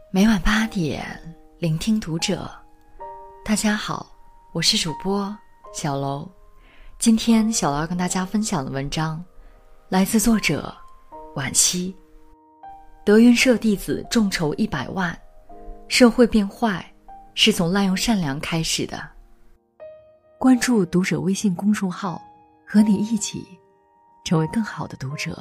每晚8点，聆听读者。大家好，我是主播小楼。今天小楼要跟大家分享的文章来自作者惋惜。德云社弟子众筹100万，社会变坏是从滥用善良开始的。关注读者微信公众号，和你一起成为更好的读者。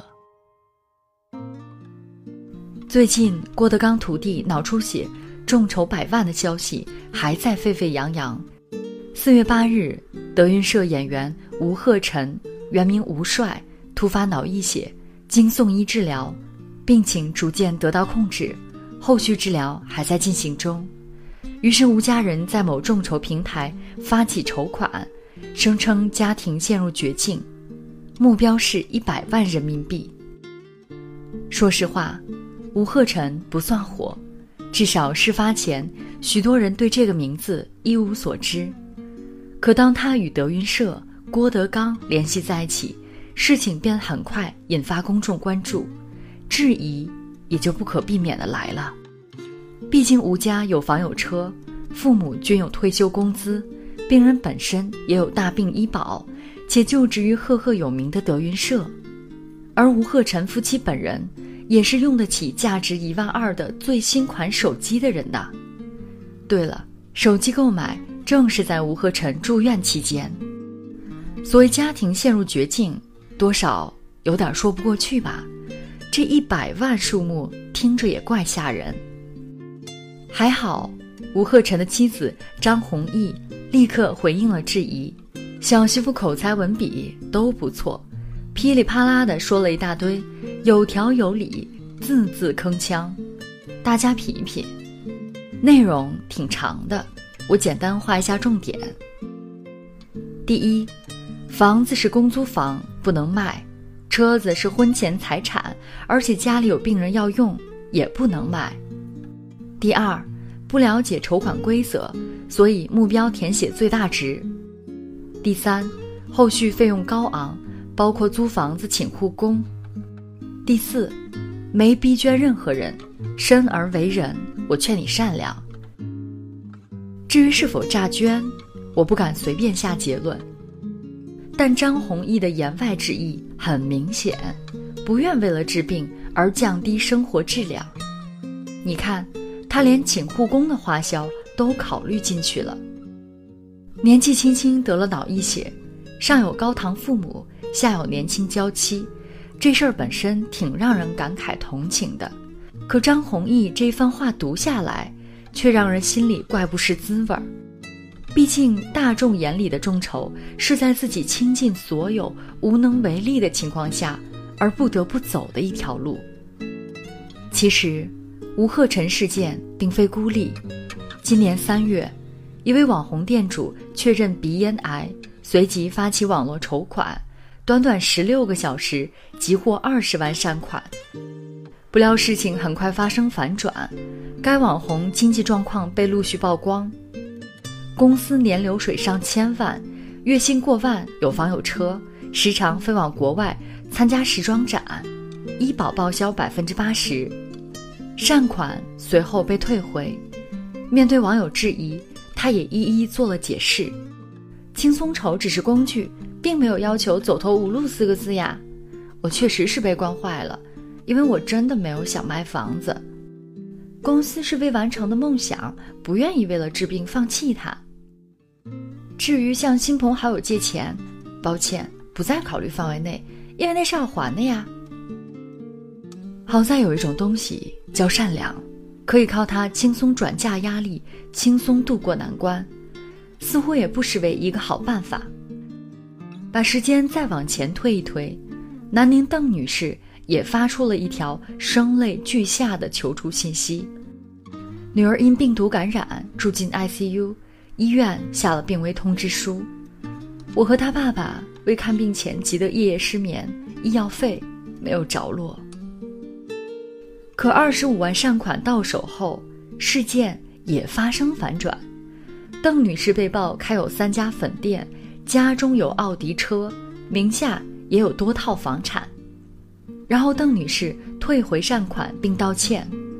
最近郭德纲徒弟脑出血众筹100万的消息还在沸沸扬扬。4月8日，德云社演员吴鹤臣原名吴帅突发脑溢血，经送医治疗，病情逐渐得到控制，后续治疗还在进行中。于是吴家人在某众筹平台发起筹款，声称家庭陷入绝境，目标是100万人民币。说实话，吴鹤臣不算火，至少事发前许多人对这个名字一无所知。可当他与德云社郭德纲联系在一起，事情便很快引发公众关注，质疑也就不可避免地来了。毕竟吴家有房有车，父母均有退休工资，病人本身也有大病医保，且就职于赫赫有名的德云社。而吴鹤臣夫妻本人也是用得起价值1万2的最新款手机的人的。对了，手机购买正是在吴鹤臣住院期间。所谓家庭陷入绝境，多少有点说不过去吧，这100万数目听着也怪吓人。还好吴鹤臣的妻子张弘毅立刻回应了质疑，小媳妇口才文笔都不错，噼里啪啦地说了一大堆，有条有理，字字铿锵。大家品一品，内容挺长的，我简单画一下重点。第一，房子是公租房，不能卖；车子是婚前财产，而且家里有病人要用，也不能卖。第二，不了解筹款规则，所以目标填写最大值。第三，后续费用高昂，包括租房子请护工。第四，没逼捐任何人，生而为人，我劝你善良。至于是否诈捐，我不敢随便下结论，但张弘毅的言外之意很明显，不愿为了治病而降低生活质量。你看，他连请护工的花销都考虑进去了。年纪轻轻得了脑溢血，上有高堂父母，下有年轻娇妻，这事儿本身挺让人感慨同情的。可张弘毅这番话读下来，却让人心里怪不是滋味儿。毕竟大众眼里的众筹是在自己倾尽所有无能为力的情况下而不得不走的一条路。其实吴鹤臣事件并非孤立。今年3月，一位网红店主确认鼻咽癌，随即发起网络筹款，短短16个小时集获20万善款。不料事情很快发生反转，该网红经济状况被陆续曝光，公司年流水上千万，月薪过万，有房有车，时常飞往国外参加时装展，医保报销80%，善款随后被退回。面对网友质疑，他也一一做了解释，轻松筹只是工具，并没有要求走投无路4个字呀。我确实是被惯坏了，因为我真的没有想卖房子，公司是未完成的梦想，不愿意为了治病放弃它。至于向亲朋好友借钱，抱歉，不在考虑范围内，因为那是要还的呀。好在有一种东西叫善良，可以靠它轻松转嫁压力，轻松度过难关，似乎也不失为一个好办法。把时间再往前推一推，南宁邓女士也发出了一条声泪俱下的求助信息。女儿因病毒感染住进 ICU， 医院下了病危通知书。我和她爸爸为看病前急得夜夜失眠，医药费没有着落。可25万善款到手后，事件也发生反转。邓女士被曝开有3家粉店，家中有奥迪车，名下也有多套房产。然后邓女士退回善款并道歉，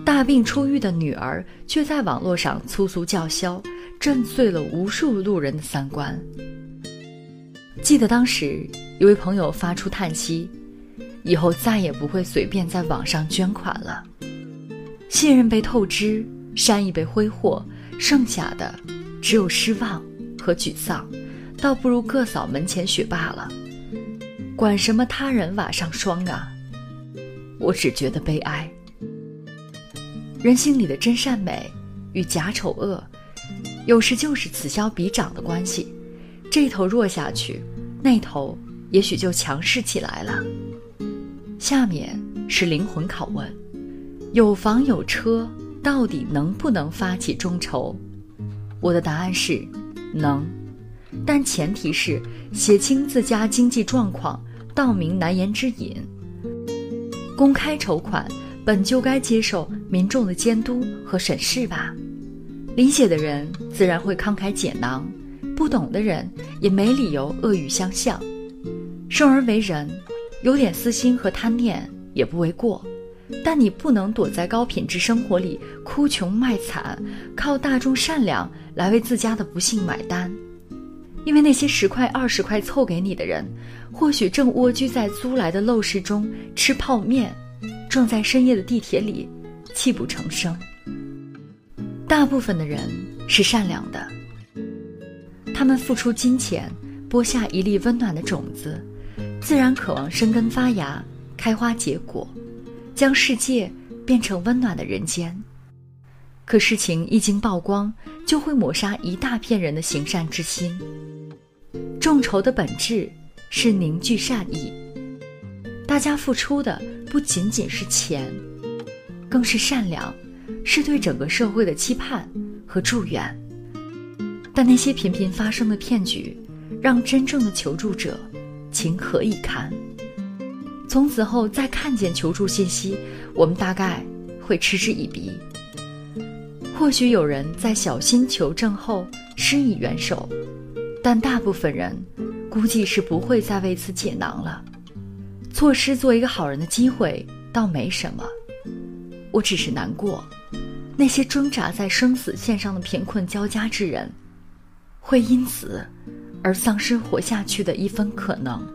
大病初愈的女儿却在网络上粗俗叫嚣，震碎了无数路人的三观。记得当时有位朋友发出叹息，以后再也不会随便在网上捐款了。信任被透支，善意被挥霍，剩下的只有失望和沮丧，倒不如各扫门前雪罢了。管什么他人瓦上霜啊，我只觉得悲哀。人性里的真善美与假丑恶，有时就是此消彼长的关系，这头弱下去，那头也许就强势起来了。下面是灵魂拷问：有房有车，到底能不能发起众筹？我的答案是能，但前提是写清自家经济状况，道明难言之隐。公开筹款本就该接受民众的监督和审视吧，理解的人自然会慷慨解囊，不懂的人也没理由恶语相向。生而为人，有点私心和贪念也不为过，但你不能躲在高品质生活里哭穷卖惨，靠大众善良来为自家的不幸买单。因为那些10块20块凑给你的人，或许正蜗居在租来的陋室中吃泡面，正在深夜的地铁里泣不成声。大部分的人是善良的，他们付出金钱，播下一粒温暖的种子，自然渴望生根发芽，开花结果，将世界变成温暖的人间。可事情一经曝光，就会抹杀一大片人的行善之心。众筹的本质是凝聚善意，大家付出的不仅仅是钱，更是善良，是对整个社会的期盼和祝愿。但那些频频发生的骗局，让真正的求助者情何以堪？从此后再看见求助信息，我们大概会嗤之以鼻。或许有人在小心求证后施以援手，但大部分人估计是不会再为此解囊了。错失做一个好人的机会倒没什么，我只是难过，那些挣扎在生死线上的贫困交加之人，会因此而丧失活下去的一分可能。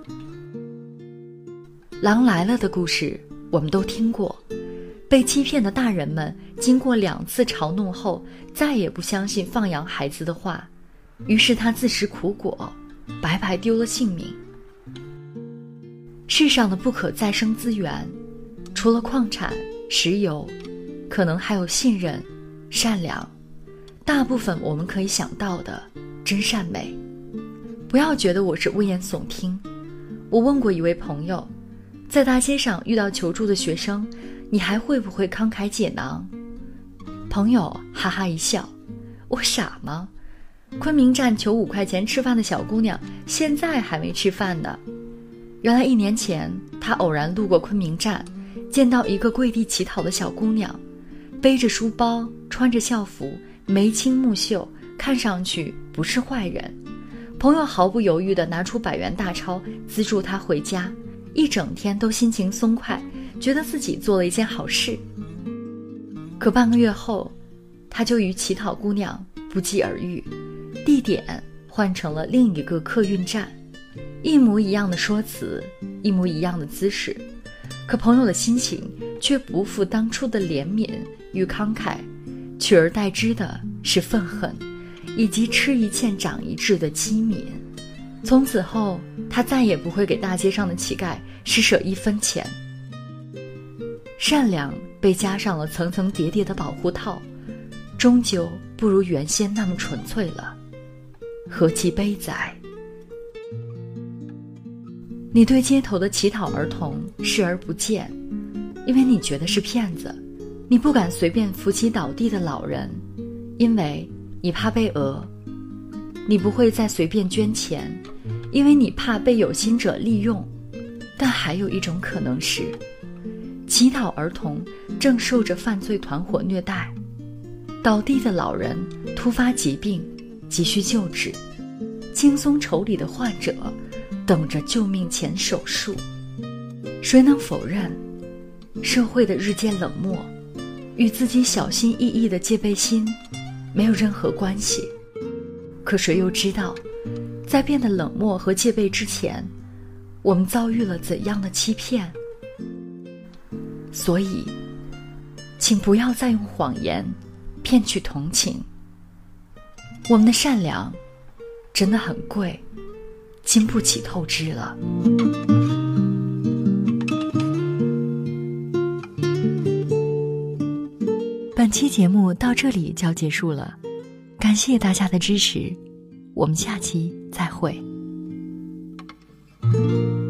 狼来了的故事我们都听过，被欺骗的大人们经过2次嘲弄后，再也不相信放养孩子的话，于是他自食苦果，白白丢了性命。世上的不可再生资源，除了矿产、石油，可能还有信任、善良，大部分我们可以想到的真善美。不要觉得我是危言耸听，我问过一位朋友，在大街上遇到求助的学生，你还会不会慷慨解囊？朋友哈哈一笑，我傻吗？昆明站求5块钱吃饭的小姑娘，现在还没吃饭呢。原来1年前，她偶然路过昆明站，见到一个跪地乞讨的小姑娘，背着书包，穿着校服，眉清目秀，看上去不是坏人。朋友毫不犹豫地拿出100元大钞资助她回家，一整天都心情松快，觉得自己做了一件好事。可半个月后，他就与乞讨姑娘不期而遇，地点换成了另一个客运站，一模一样的说辞，一模一样的姿势，可朋友的心情却不复当初的怜悯与慷慨，取而代之的是愤恨，以及吃一堑长一智的机敏。从此后，他再也不会给大街上的乞丐施舍1分钱。善良被加上了层层叠叠的保护套，终究不如原先那么纯粹了，何其悲哉！你对街头的乞讨儿童视而不见，因为你觉得是骗子；你不敢随便扶起倒地的老人，因为你怕被讹；你不会再随便捐钱，因为你怕被有心者利用。但还有一种可能是，乞讨儿童正受着犯罪团伙虐待，倒地的老人突发疾病急需救治，轻松筹理的患者等着救命前手术。谁能否认社会的日渐冷漠， 与自己小心翼翼的戒备心没有任何关系。可谁又知道，在变得冷漠和戒备之前，我们遭遇了怎样的欺骗？所以，请不要再用谎言骗取同情。我们的善良真的很贵，经不起透支了。本期节目到这里就要结束了，感谢大家的支持，我们下期再会。